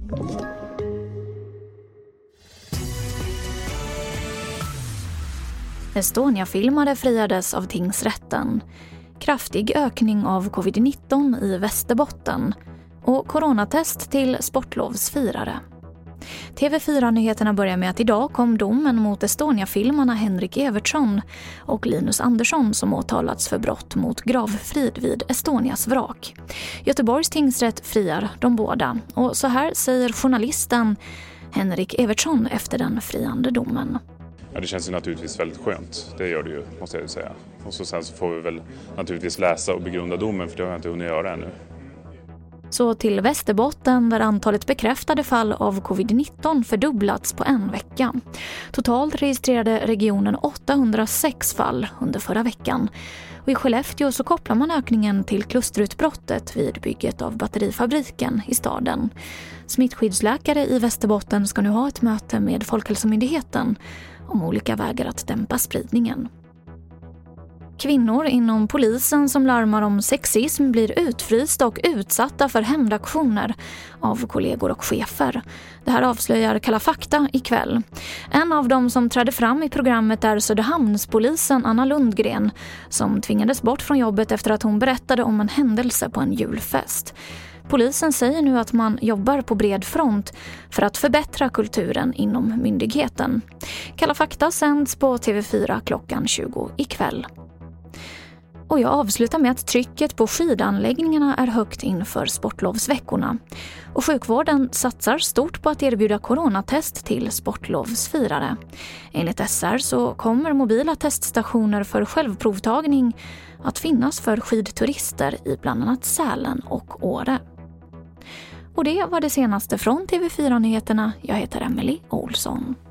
Estonia-filmare friades av tingsrätten. Kraftig ökning av covid-19 i Västerbotten. Och coronatest till sportlovsfirare. TV4-nyheterna börjar med att idag kom domen mot Estonia-filmarna Henrik Evertsson och Linus Andersson som åtalats för brott mot gravfrid vid Estonias vrak. Göteborgs tingsrätt friar de båda. Och så här säger journalisten Henrik Evertsson efter den friande domen. Ja, det känns ju naturligtvis väldigt skönt. Det gör det ju, måste jag ju säga. Och sen så får vi väl naturligtvis läsa och begrunda domen, för det har jag inte hunnit göra ännu. Så till Västerbotten där antalet bekräftade fall av covid-19 fördubblats på en vecka. Totalt registrerade regionen 806 fall under förra veckan. Och i Skellefteå så kopplar man ökningen till klusterutbrottet vid bygget av batterifabriken i staden. Smittskyddsläkare i Västerbotten ska nu ha ett möte med Folkhälsomyndigheten om olika vägar att dämpa spridningen. Kvinnor inom polisen som larmar om sexism blir utfrysta och utsatta för hämndaktioner av kollegor och chefer. Det här avslöjar Kalla fakta ikväll. En av dem som trädde fram i programmet är Söderhamnspolisen Anna Lundgren som tvingades bort från jobbet efter att hon berättade om en händelse på en julfest. Polisen säger nu att man jobbar på bred front för att förbättra kulturen inom myndigheten. Kalla fakta sänds på TV4 klockan 20 ikväll. Och jag avslutar med att trycket på skidanläggningarna är högt inför sportlovsveckorna. Och sjukvården satsar stort på att erbjuda coronatest till sportlovsfirare. Enligt SR så kommer mobila teststationer för självprovtagning att finnas för skidturister i bland annat Sälen och Åre. Och det var det senaste från TV4-nyheterna. Jag heter Emily Olsson.